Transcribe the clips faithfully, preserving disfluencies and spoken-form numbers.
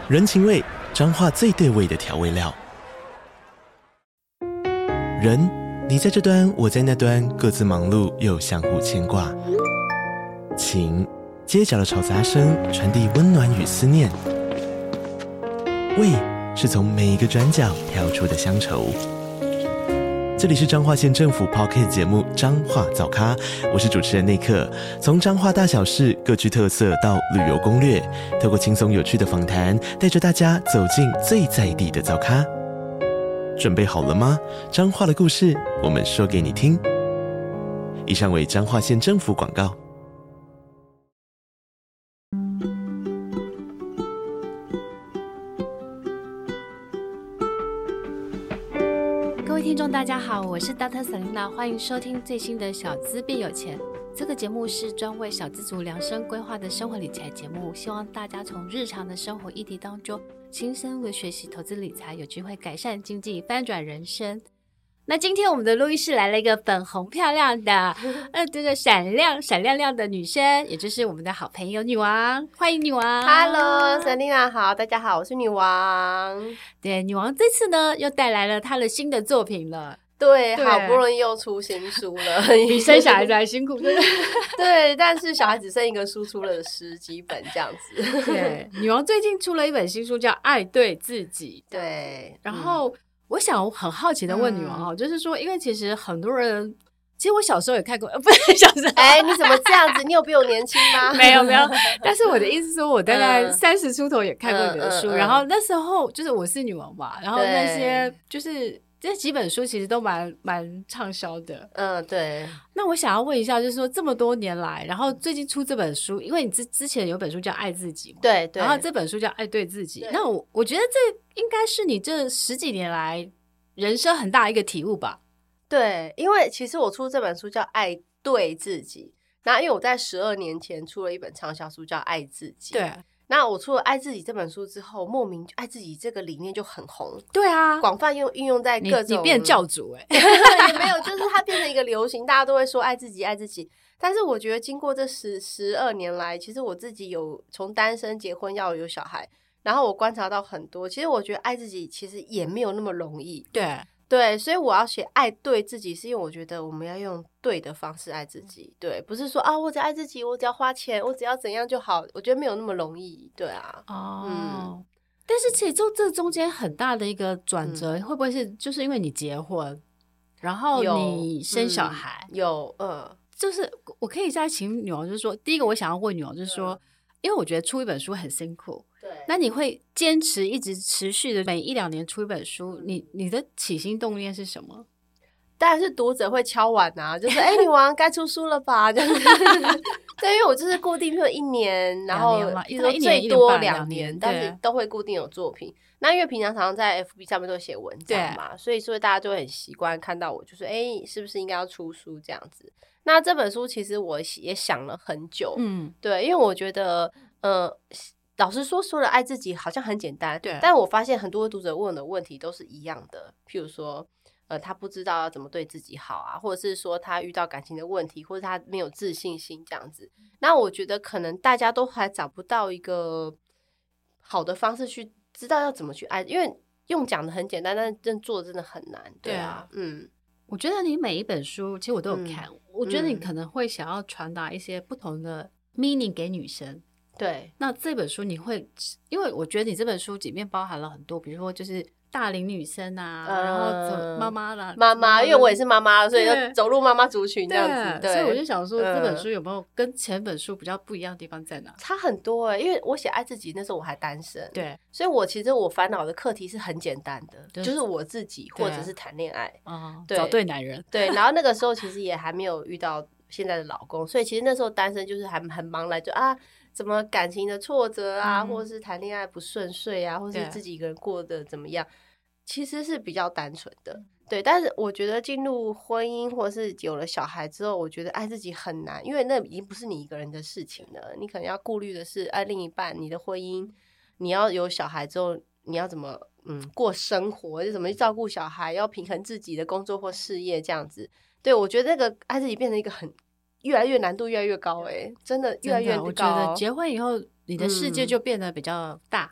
人情味，彰化最对味的调味料。人，你在这端，我在那端，各自忙碌又相互牵挂。情，街角的吵杂声传递温暖与思念。味，是从每一个转角跳出的乡愁。这里是彰化县政府 Podcast 节目《彰化早咖》，我是主持人内克。从彰化大小事各具特色到旅游攻略，透过轻松有趣的访谈，带着大家走进最在地的早咖。准备好了吗？彰化的故事，我们说给你听。以上为彰化县政府广告。 各位听众大家好，我是 Doctor Selina， 欢迎收听最新的小资变有钱。这个节目是专为小资族量身规划的生活理财节目，希望大家从日常的生活议题当中亲身的学习投资理财，有机会改善经济，翻转人生。那今天我们的录音室来了一个粉红漂亮的呃，对对，闪亮闪亮亮的女生，也就是我们的好朋友女王，欢迎女王。 Hello Selina 好，大家好，我是女王。 对，女王这次呢又带来了她的新的作品了。 对，好不容易又出新书了， 比生小孩子还辛苦，对不对？ 对，但是小孩只剩一个书，出了十几本这样子。 对，女王最近出了一本新书叫《爱对自己》。 对， 然后、嗯、我想很好奇的问女王、嗯、就是说，因为其实很多人，其实我小时候也看过，呃，不是小时候， 哎，你怎么这样子？你有比我年轻吗？ 没有没有，但是我的意思说，我大概三十出头也看过你的书，嗯嗯嗯、然后那时候就是我是女王嘛，然后那些就是这几本书其实都蛮蛮畅销的。嗯，对。那我想要问一下，就是说这么多年来，然后最近出这本书，因为你之之前有本书叫《爱自己》嘛， 对对， 然后这本书叫《爱对自己》，那我我觉得这应该是你这十几年来人生很大一个体悟吧？ 对，因为其实我出这本书叫《爱对自己》，然后因为我在十二年前出了一本畅销书叫《爱自己》， 对。 那我出了《爱自己》这本书之后，莫名爱自己这个理念就很红。 对啊， 广泛用运用在各种， 你, 你变教主哎、 欸，也没有，就是它变成一个流行，大家都会说爱自己，爱自己。但是我觉得经过这十十二年来，其实我自己有从单身、结婚要有小孩，然后我观察到很多，其实我觉得爱自己其实也没有那么容易。 对。 对，所以我要写爱对自己，是因为我觉得我们要用对的方式爱自己。对，不是说啊，我只爱自己，我只要花钱，我只要怎样就好。我觉得没有那么容易。对啊， 哦，嗯，但是其实这这中间很大的一个转折，嗯、会不会是就是因为你结婚，然后你生小孩？ 有，嗯，呃、 就是我可以再请女王，就是说，第一个我想要问女王，就是说，嗯、因为我觉得出一本书很辛苦。那你会坚持一直持续的每一两年出一本书，你你的起心动念是什么？ 当然是读者会敲碗啊，就是哎，女王该出书了吧？这样子。对，因为我就是固定，譬如一年，然后一说最多两年，但是都会固定有作品。那因为平常常常在 F B 上面都写文章嘛，所以说大家就会很习惯看到我，就是哎，是不是应该要出书这样子？那这本书其实我也想了很久，嗯，对，因为我觉得，呃。老实说，说了爱自己好像很简单，对。但我发现很多读者问的问题都是一样的，譬如说，呃，他不知道要怎么对自己好啊，或者是说他遇到感情的问题，或者他没有自信心这样子。那我觉得可能大家都还找不到一个好的方式去知道要怎么去爱，因为用讲的很简单，但是真做的真的很难。对啊，对嗯， 我觉得你每一本书其实我都有看，嗯、我觉得你可能会想要传达一些不同的 meaning 给女生。 对， 那这本书你会，因为我觉得你这本书里面包含了很多，比如说就是大龄女生啊，嗯、然后妈妈啦， 妈妈，因为我也是妈妈，所以就走入妈妈族群这样子。对， 所以我就想说，这本书有没有跟前本书比较不一样的地方在哪？ 差很多哎、欸，因为我写爱自己那时候我还单身， 对， 所以我其实我烦恼的课题是很简单的，就是我自己或者是谈恋爱啊，对，找对男人。 对，然后那个时候其实也还没有遇到现在的老公，所以其实那时候单身就是还很忙来就啊。怎么感情的挫折啊、嗯、或者是谈恋爱不顺遂啊，或者是自己一个人过得怎么样，其实是比较单纯的。对，但是我觉得进入婚姻或者是有了小孩之后，我觉得爱自己很难，因为那已经不是你一个人的事情了，你可能要顾虑的是爱另一半，你的婚姻，你要有小孩之后你要怎么嗯过生活，就怎么去照顾小孩，要平衡自己的工作或事业这样子。对，我觉得那个爱自己变成一个很越来越难度越来越高，哎、欸，真的越来越高。 我觉得结婚以后你的世界就变得比较大、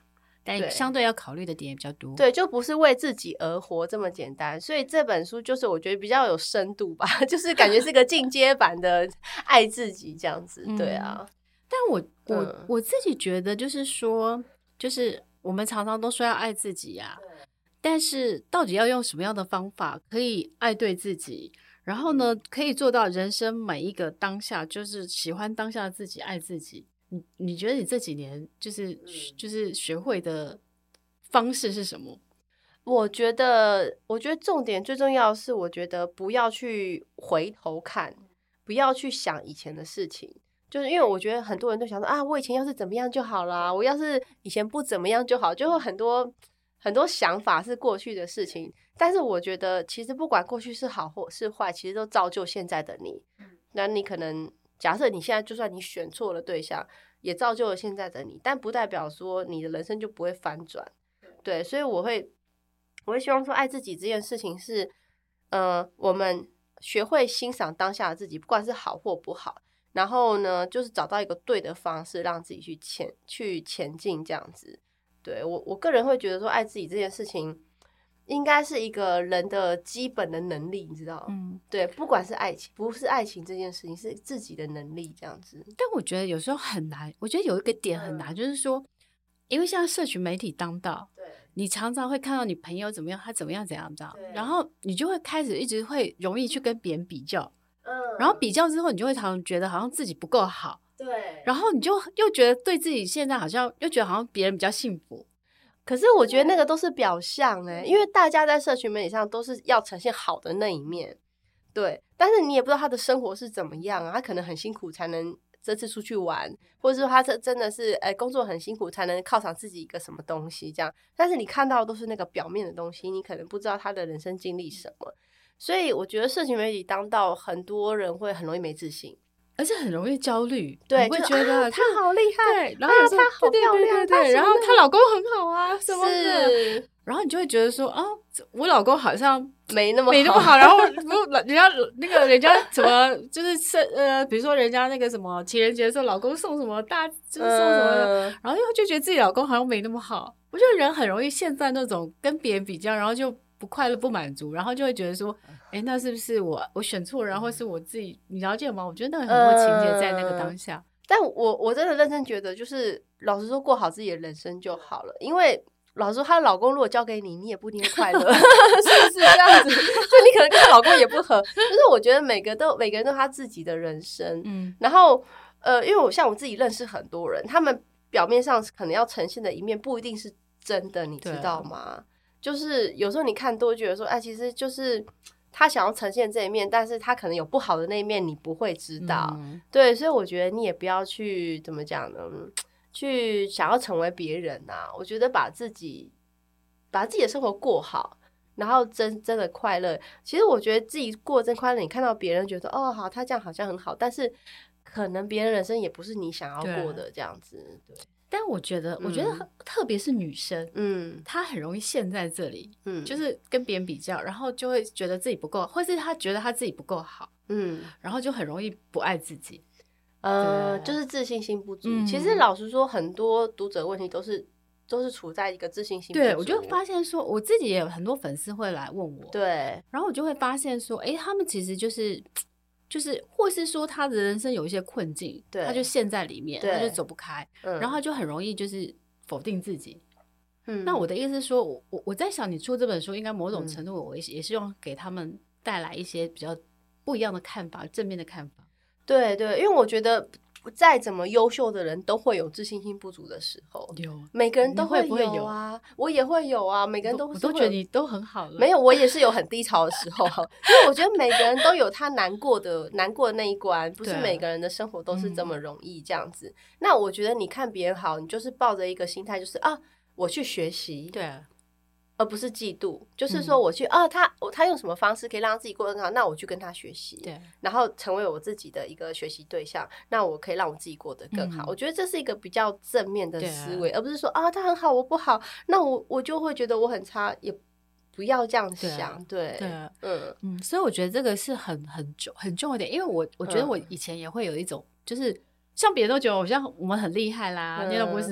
但相对要考虑的点也比较多。 对，就不是为自己而活这么简单。所以这本书就是我觉得比较有深度吧，就是感觉是个进阶版的爱自己这样子。对啊，嗯、 但我我、嗯、我自己觉得就是说，就是我们常常都说要爱自己啊，但是到底要用什么样的方法可以爱对自己？然后呢，可以做到人生每一个当下，就是喜欢当下的自己，爱自己。你你觉得你这几年就是、嗯、就是学会的方式是什么？ 我觉得，我觉得重点最重要的是，我觉得不要去回头看，不要去想以前的事情。就是因为我觉得很多人都想说啊，我以前要是怎么样就好啦，我要是以前不怎么样就好，就会很多很多想法是过去的事情。但是我觉得，其实不管过去是好或是坏，其实都造就现在的你。那你可能。假设你现在就算你选错了对象，也造就了现在的你，但不代表说你的人生就不会翻转。对，所以我会我会希望说爱自己这件事情是呃，我们学会欣赏当下的自己，不管是好或不好，然后呢就是找到一个对的方式让自己去前去前进这样子。对，我我个人会觉得说爱自己这件事情应该是一个人的基本的能力，你知道？嗯，对，不管是爱情，不是爱情这件事情，是自己的能力这样子。 但我觉得有时候很难，我觉得有一个点很难，嗯、就是说，因为现在社群媒体当道，对，你常常会看到你朋友怎么样，他怎么样怎样这样，然后你就会开始一直会容易去跟别人比较，嗯，然后比较之后，你就会常常觉得好像自己不够好， 对， 然后你就又觉得对自己现在好像又觉得好像别人比较幸福。 可是我觉得那个都是表象欸，因为大家在社群媒体上都是要呈现好的那一面，对，但是你也不知道他的生活是怎么样啊，他可能很辛苦才能这次出去玩，或者说他这真的是哎工作很辛苦才能犒赏自己一个什么东西这样，但是你看到的都是那个表面的东西，你可能不知道他的人生经历什么，所以我觉得社群媒体当道，很多人会很容易没自信。 而且很容易焦虑， 对， 会觉得、 啊、他好厉害， 对，然后、啊、 他好漂亮， 对对对对，然后她老公很好啊，什么的，然后你就会觉得说啊，我老公好像没那么好没那么好，然后人家那个人家怎么就是呃，比如说人家那个什么情人节的时候，老公送什么大，就是送什么的，嗯、然后就觉得自己老公好像没那么好。我觉得人很容易陷在那种跟别人比较，然后就不快乐、不满足，然后就会觉得说，哎，那是不是我我选错人，或是我自己？你了解吗？我觉得那很多情节在那个当下。嗯、 但我我真的认真觉得，就是老实说，过好自己的人生就好了。因为老实说，她的老公如果交给你，你也不一定会快乐，是不是这样子？就你可能跟她老公也不合。就是我觉得每个都每个人都有他自己的人生，嗯，然后呃，因为我像我自己认识很多人，他们表面上可能要呈现的一面不一定是真的，你知道吗？就是有时候你看都会觉得说，哎，其实就是他想要呈现这一面，但是他可能有不好的那一面，你不会知道。嗯、对，所以我觉得你也不要去怎么讲呢？去想要成为别人啊。我觉得把自己把自己的生活过好，然后真真的快乐。其实我觉得自己过真快乐，你看到别人觉得哦好，他这样好像很好，但是可能别人人生也不是你想要过的这样子。对。 但我觉得，我觉得特别是女生，嗯，她很容易陷在这里，嗯，就是跟别人比较，然后就会觉得自己不够，或是她觉得她自己不够好，嗯，然后就很容易不爱自己， 呃，就是自信心不足。嗯、其实老实说，很多读者问题都是都是处在一个自信心不足。 对，我就发现说，我自己也有很多粉丝会来问我， 对， 然后我就会发现说，哎，他们其实就是。就是或是说他的人生有一些困境，他就陷在里面，他就走不开，嗯、然后他就很容易就是否定自己。嗯，那我的意思是说，我我在想，你出这本书，应该某种程度，我也也希望给他们带来一些比较不一样的看法，正面的看法。 对对，因为我觉得再怎么优秀的人都会有自信心不足的时候， 有每个人都会有啊，我也会有啊，每个人都我都觉得你都很好了。 没有，我也是有很低潮的时候，因为我觉得每个人都有他难过的难过的那一关，不是每个人的生活都是这么容易这样子。嗯、那我觉得你看别人好，你就是抱着一个心态，就是啊，我去学习， 对、啊。 而不是嫉妒，就是说我去、嗯、啊，他他用什么方式可以让自己过得更好，那我去跟他学习， 对， 然后成为我自己的一个学习对象，那我可以让我自己过得更好。嗯、我觉得这是一个比较正面的思维，而不是说啊他很好我不好，那我我就会觉得我很差，也不要这样想。对， 对，对嗯嗯，所以我觉得这个是很很重很重要一点，因为我我觉得我以前也会有一种，嗯、就是像别人都觉得我像我们很厉害啦，那、嗯、都不是。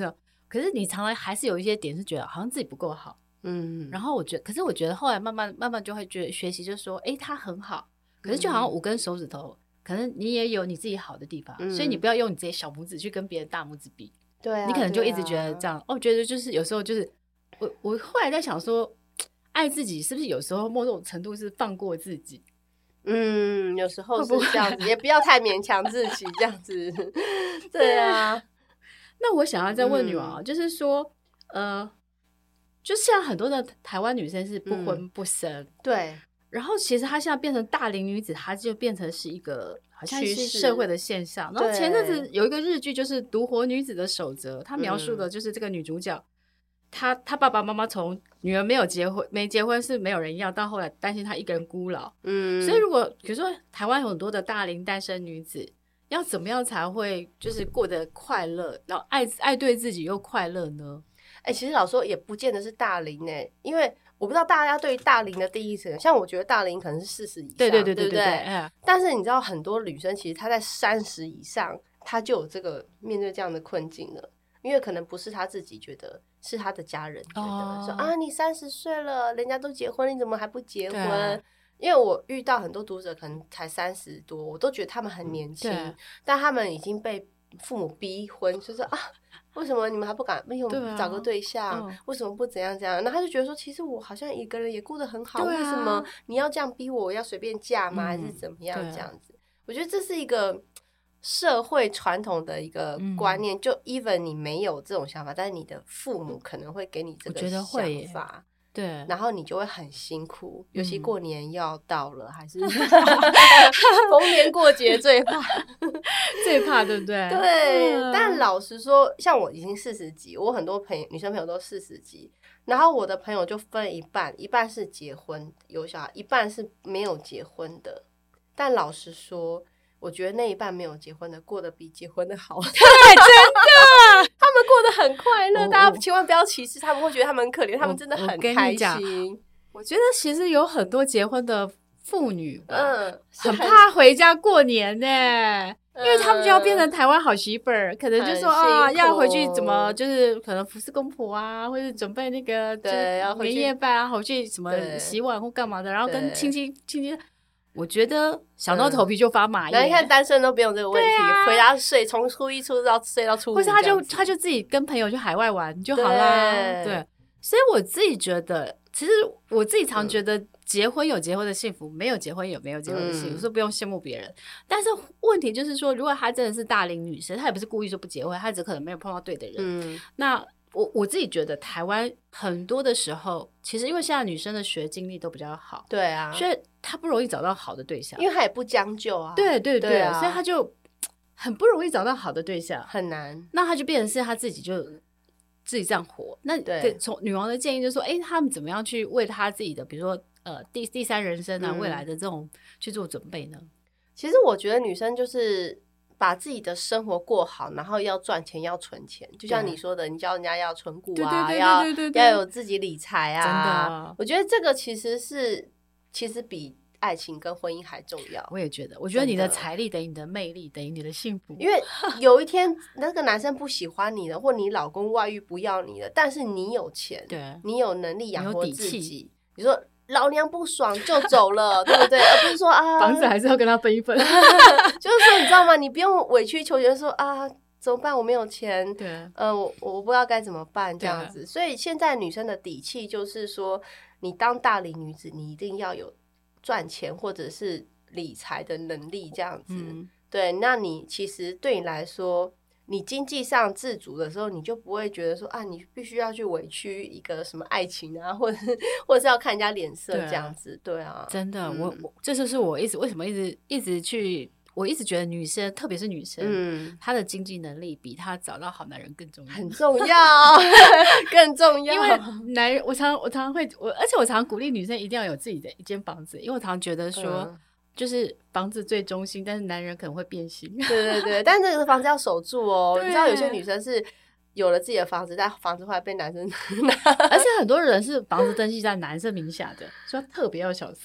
可是你常常还是有一些点是觉得好像自己不够好，嗯，然后我觉得，可是我觉得后来慢慢慢慢就会觉得学习，就是说，哎，他很好，可是就好像五根手指头，嗯、可能你也有你自己好的地方，嗯、所以你不要用你自己小拇指去跟别人大拇指比， 对、啊， 你可能就一直觉得这样，啊、哦，觉得就是有时候就是我我后来在想说，爱自己是不是有时候某种程度是放过自己？ 嗯，有时候是这样子，也不要太勉强自己这样子。对啊， 那我想要再问女王，嗯、就是说，呃，就像很多的台湾女生是不婚不生，嗯、 对， 然后其实她现在变成大龄女子，她就变成是一个好像是社会的现象。然后前阵子有一个日剧，就是《独活女子的守则》，她描述的就是这个女主角。嗯他他爸爸妈妈从女儿没有结婚没结婚是没有人要，到后来担心她一个人孤老，嗯，所以如果比如说台湾有很多的大龄单身女子，要怎么样才会就是过得快乐，然后爱爱对自己又快乐呢？ 哎、欸，其实老实说也不见得是大龄哎、欸，因为我不知道大家对于大龄的定义是，像我觉得大龄可能是四十以上， 对对对对对, 对, 对, 对, 对、嗯、 但是你知道很多女生其实她在三十以上，她就有这个面对这样的困境了。因为可能不是他自己觉得，是他的家人觉得、哦、说啊，你三十岁了，人家都结婚，你怎么还不结婚？因为我遇到很多读者可能才三十多，我都觉得他们很年轻，但他们已经被父母逼婚，就说啊，为什么你们还不敢？为什么不找个对象？对啊、为什么不怎样怎样？那他就觉得说，其实我好像一个人也过得很好，啊、为什么你要这样逼我？我要随便嫁吗？嗯、还是怎么样这样子？我觉得这是一个社会传统的一个观念，嗯、就 even 你没有这种想法，但是你的父母可能会给你这个想法， 对， 然后你就会很辛苦，尤其过年要到了，嗯、还是逢年过节最怕， 最怕，对不对？ 对，嗯、但老实说，像我已经四十几，我很多朋友女生朋友都四十几，然后我的朋友就分一半，一半是结婚有小孩，一半是没有结婚的。但老实说，我觉得那一半没有结婚的过得比结婚的好。 对，真的， 他们过得很快乐，大家千万不要歧视他们，会觉得他们很可怜，他们真的很开心。 我觉得其实有很多结婚的妇女，嗯，很怕回家过年呢、欸。因为他们就要变成台湾好媳妇儿，可能就说啊，要回去怎么就是可能服侍公婆啊，或者准备那个年夜饭啊，回去什么洗碗或干嘛的，然后跟亲戚亲戚。我觉得想到头皮就发麻耶。 那、嗯、你看单身都不用这个问题，啊、回家睡，从初一初到睡到初五， 或是他就他就自己跟朋友去海外玩就好啦。对，对，所以我自己觉得，其实我自己常觉得结婚有结婚的幸福，嗯、没有结婚有没有结婚的幸福，所以不用羡慕别人。但是问题就是说，如果她真的是大龄女生，她也不是故意说不结婚，她只可能没有碰到对的人。嗯，那。我我自己觉得台湾很多的时候，其实因为现在女生的学经历都比较好， 对啊， 所以她不容易找到好的对象， 因为她也不将就啊， 对对 对, 对、啊，所以她就很不容易找到好的对象， 很难。 那她就变成是她自己就自己这样活。那对从女王的建议就是说，哎，他们怎么样去为她自己的，比如说呃第第三人生啊，嗯、未来的这种去做准备呢？ 其实我觉得女生就是把自己的生活过好，然后要赚钱要存钱，就像你说的，你教人家要存股啊，要要有自己理财啊，真的，我觉得这个其实是其实比爱情跟婚姻还重要。 我也觉得，我觉得你的财力等于你的魅力等于你的幸福， 因为有一天那个男生不喜欢你了，或你老公外遇不要你了，但是你有钱，对，你有能力养活自己，你说老娘不爽就走了，对不对？而不是说啊， 房子还是要跟他分一分。 就是说，你知道吗？你不用委曲求全说啊，怎么办？我没有钱，对，呃，我我不知道该怎么办这样子。所以现在女生的底气就是说，你当大龄女子，你一定要有赚钱或者是理财的能力，这样子。嗯、对，那你其实对你来说，你经济上自主的时候，你就不会觉得说啊，你必须要去委屈一个什么爱情啊，或者或者是要看人家脸色这样子，对 啊, 對啊， 真的，嗯、我我这就是我一直为什么一直一直去，我一直觉得女生，特别是女生，嗯，她的经济能力比她找到好男人更重要， 很重要，更重要。 因为男人，我常我常常会，我而且我常常鼓励女生一定要有自己的一间房子，因为我常常觉得说。嗯就是房子最中心，但是男人可能会变心。 对对对，但这个房子要守住哦。你知道有些女生是有了自己的房子，但房子后来被男生拿， 而且很多人是房子登记在男生名下的，所以特别要小心。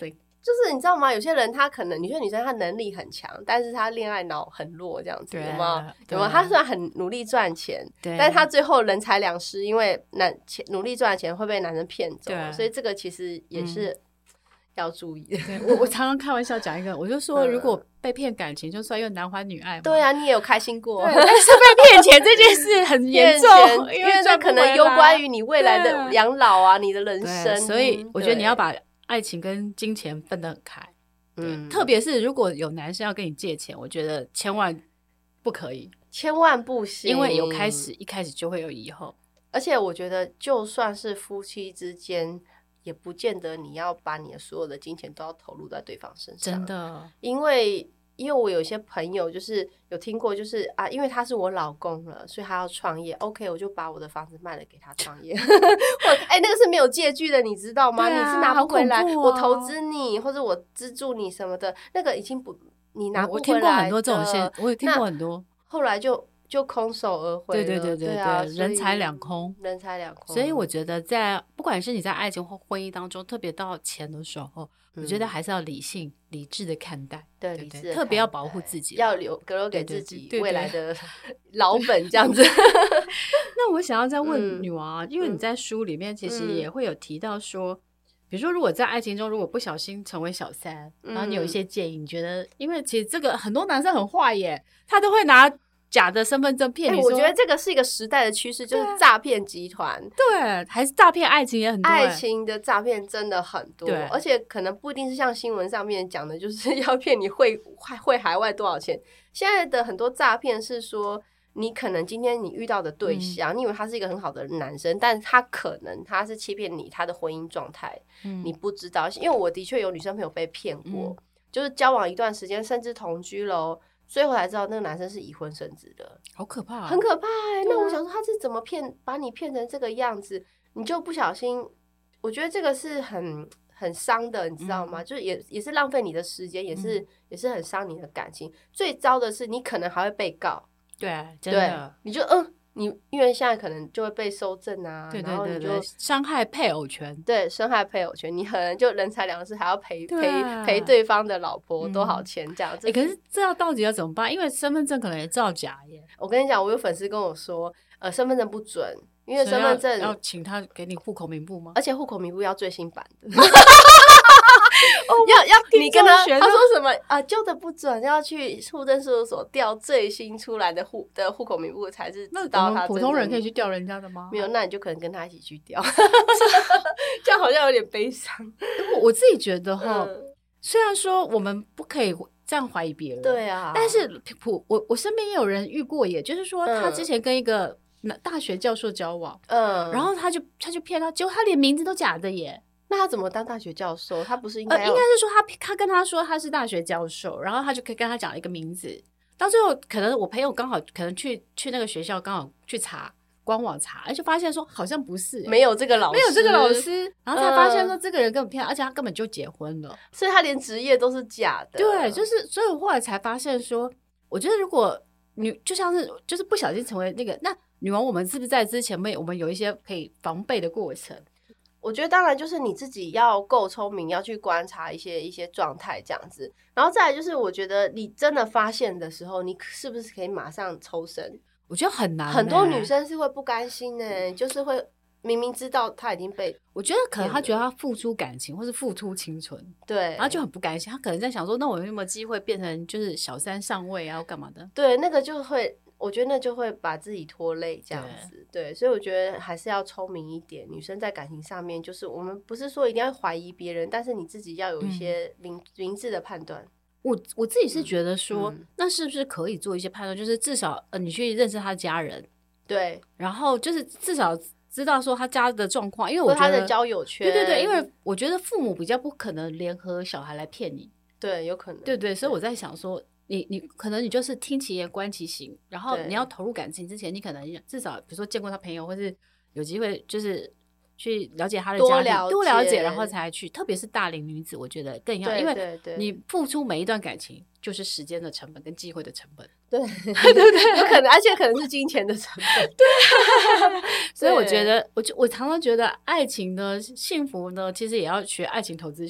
就是你知道吗？有些人他可能，有些女生她能力很强，但是她恋爱脑很弱，这样子，有没有？有没有？她虽然很努力赚钱，但是她最后人财两失，因为男钱努力赚的钱会被男生骗走，所以这个其实也是要注意的。 嗯、我我常常开玩笑讲一个，我就说如果被骗感情，就算因为男欢女爱嘛。 对啊，你也有开心过， 但是被骗钱这件事很严重， 因为这可能攸关于你未来的养老啊，你的人生。 所以我觉得你要把爱情跟金钱分得很开，嗯，特别是如果有男生要跟你借钱，我觉得千万不可以， 千万不行， 因为有开始，一开始就会有以后。 而且我觉得，就算是夫妻之间，也不见得你要把你的所有的金钱都要投入在对方身上， 真的，因为。因为我有些朋友就是有听过，就是啊，因为他是我老公了，所以他要创业 ，OK， 我就把我的房子卖了给他创业。或哎、欸，那个是没有借据的，你知道吗？啊、你是拿不回来， 哦、 我投资你或者我资助你什么的，那个已经不你拿不回来的。 我听过很多这种现，我也听过很多， 后来就就空手而回了。 对对对对对, 对啊， 人财两空， 人财两空。 所以我觉得在不管是你在爱情或婚姻当中，特别到钱的时候。我觉得还是要理性、理智的看待， 对，理智， 特别要保护自己， 要留留给自己未来的老本这样子。 那我想要再问女王啊，嗯、因为你在书里面其实也会有提到说，嗯、比如说如果在爱情中如果不小心成为小三，嗯、然后你有一些建议，你觉得，因为其实这个很多男生很坏耶，他都会拿假的身份证骗你、欸。 我觉得这个是一个时代的趋势，就是诈骗集团， 对，还是诈骗爱情也很多， 爱情的诈骗真的很多，而且可能不一定是像新闻上面讲的，就是要骗你汇汇海外多少钱。现在的很多诈骗是说，你可能今天你遇到的对象，嗯、你以为他是一个很好的男生，但他可能他是欺骗你他的婚姻状态，嗯、你不知道。因为我的确有女生朋友被骗过，嗯、就是交往一段时间，甚至同居了。最后才知道那个男生是已婚生子的， 好可怕、啊， 很可怕哎、欸！那我想说他是怎么骗，把你骗成这个样子，你就不小心，我觉得这个是很很伤的，你知道吗？嗯、就是也也是浪费你的时间，也是、嗯、也是很伤你的感情。最糟的是，你可能还会被告， 对，真的， 对你就嗯。你因为现在可能就会被搜证啊， 对对对对， 然后你就伤害配偶权， 对，伤害配偶权，你可能就人财两失，还要赔赔赔对方的老婆多少钱这样子、 嗯欸。可是这要到底要怎么办？因为身份证可能也造假耶。 我跟你讲，我有粉丝跟我说，呃，身份证不准，因为身份证要, 要请他给你户口名簿吗？ 而且户口名簿要最新版的。哦、要要你跟他他说什么啊？旧的不准，要去户政事务所调最新出来的户的户口名簿才是知道他。 那普通人可以去调人家的吗？ 没有，那你就可能跟他一起去调，这样好像有点悲伤。 我自己觉得哈，嗯、虽然说我们不可以这样怀疑别人， 对啊， 但是普我我身边也有人遇过，也就是说他之前跟一个大学教授交往，嗯，然后他就他就骗他，结果他连名字都假的耶。 那他怎么当大学教授？他不是应该、 呃、应该是说他他跟他说他是大学教授，然后他就可以跟他讲一个名字。到最后，可能我朋友刚好可能去去那个学校，刚好去查官网查，而且发现说好像不是、欸， 没有这个老师， 没有这个老师，然后才发现说这个人根本骗他，而且他根本就结婚了， 所以他连职业都是假的。 对，就是所以我后来才发现说，我觉得如果你就像是就是不小心成为那个那女王，我们是不是在之前面我们有一些可以防备的过程？ 我觉得当然就是你自己要够聪明，要去观察一些一些状态这样子，然后再来就是我觉得你真的发现的时候，你是不是可以马上抽身？ 我觉得很难、欸， 很多女生是会不甘心的、欸，就是会明明知道他已经被， 我觉得可能他觉得他付出感情或是付出青春， 对， 然后就很不甘心，他可能在想说，那我有没有机会变成就是小三上位啊，干嘛的？ 对，那个就会。我觉得那就会把自己拖累这样子， 对, 对，所以我觉得还是要聪明一点。女生在感情上面，就是我们不是说一定要怀疑别人，但是你自己要有一些明、嗯、明智的判断。 我我自己是觉得说、嗯，那是不是可以做一些判断？就是至少呃，你去认识他家人， 对， 然后就是至少知道说他家的状况，因为我觉得他的交友圈， 对对对，因为我觉得父母比较不可能联合小孩来骗你， 对，有可能， 对对，所以我在想说。你你可能你就是听其言观其行，然后你要投入感情之前，你可能至少比如说见过他朋友，或是有机会就是去了解他的家庭，多了解，然后才去。特别是大龄女子，我觉得更要，因为你付出每一段感情就是时间的成本跟机会的成本， 对对对，有可能，而且可能是金钱的成本， 对。所以我觉得，我就我常常觉得，爱情的幸福呢，其实也要学爱情投资学。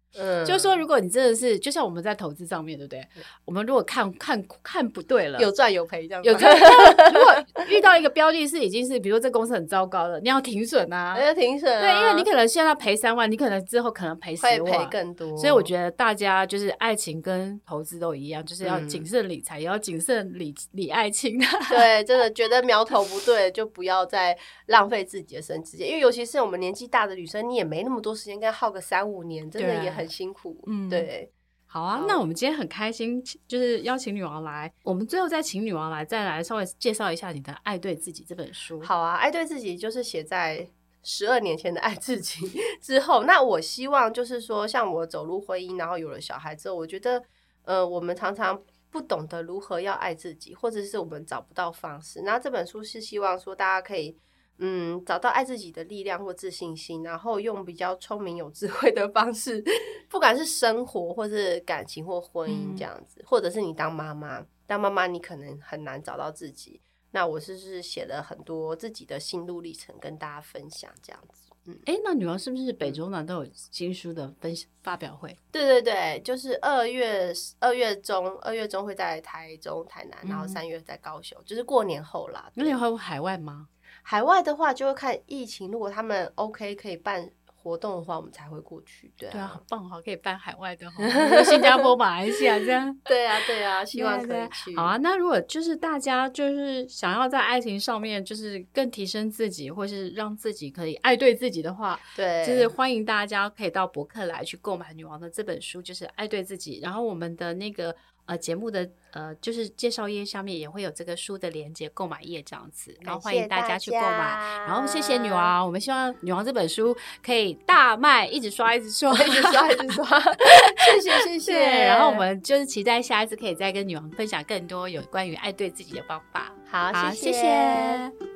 嗯，就是说如果你真的是就像我们在投资上面对不对、嗯、我们如果看看看不对了， 有赚有赔这样， 有赚如果遇到一个标的是已经是比如说这公司很糟糕了，你要停损啊， 要停损、啊、 对，因为你可能现在赔三万，你可能之后可能赔十万， 会赔更多。 所以我觉得大家就是爱情跟投资都一样，就是要谨慎理财、嗯、也要谨慎理理爱情对，真的觉得苗头不对就不要再浪费自己的生之间，因为尤其是我们年纪大的女生，你也没那么多时间跟耗个三五年，真的也很辛苦。嗯，对。 好啊，好，那我们今天很开心，就是邀请女王来，我们最后再请女王来再来稍微介绍一下你的《爱对自己》这本书。 好啊，《爱对自己》就是写在十二年前的爱自己之后，那我希望就是说像我走入婚姻然后有了小孩之后，我觉得呃，我们常常不懂得如何要爱自己，或者是我们找不到方式，那这本书是希望说大家可以嗯，找到爱自己的力量或自信心，然后用比较聪明有智慧的方式，不管是生活或是感情或婚姻这样子、嗯、或者是你当妈妈当妈妈你可能很难找到自己，那我是是写了很多自己的心路历程跟大家分享这样子。嗯， 哎，那女王是不是北中南都有新书的分发表会？ 对对对，就是二月二月中二月中会在台中台南、嗯、然后三月在高雄，就是过年后啦。 那你会有海外吗？ 海外的话就会看疫情，如果他们 OK 可以办活动的话我们才会过去。对啊， 对啊，很棒哈，可以办海外的哈，新加坡马来西亚这样。 对啊对啊，希望可以去。 好啊，那如果就是大家就是想要在爱情上面就是更提升自己，或是让自己可以爱对自己的话， 对， 就是欢迎大家可以到博客来去购买女王的这本书，就是爱对自己。然后我们的那个呃节目的呃就是介绍页下面也会有这个书的连结购买页这样子，然后欢迎大家去购买。然后谢谢女王，我们希望女王这本书可以大卖，一直刷一直刷一直刷一直刷谢谢谢谢。 然后我们就是期待下一次可以再跟女王分享更多有关于爱对自己的方法。 好， 好， 谢谢谢谢。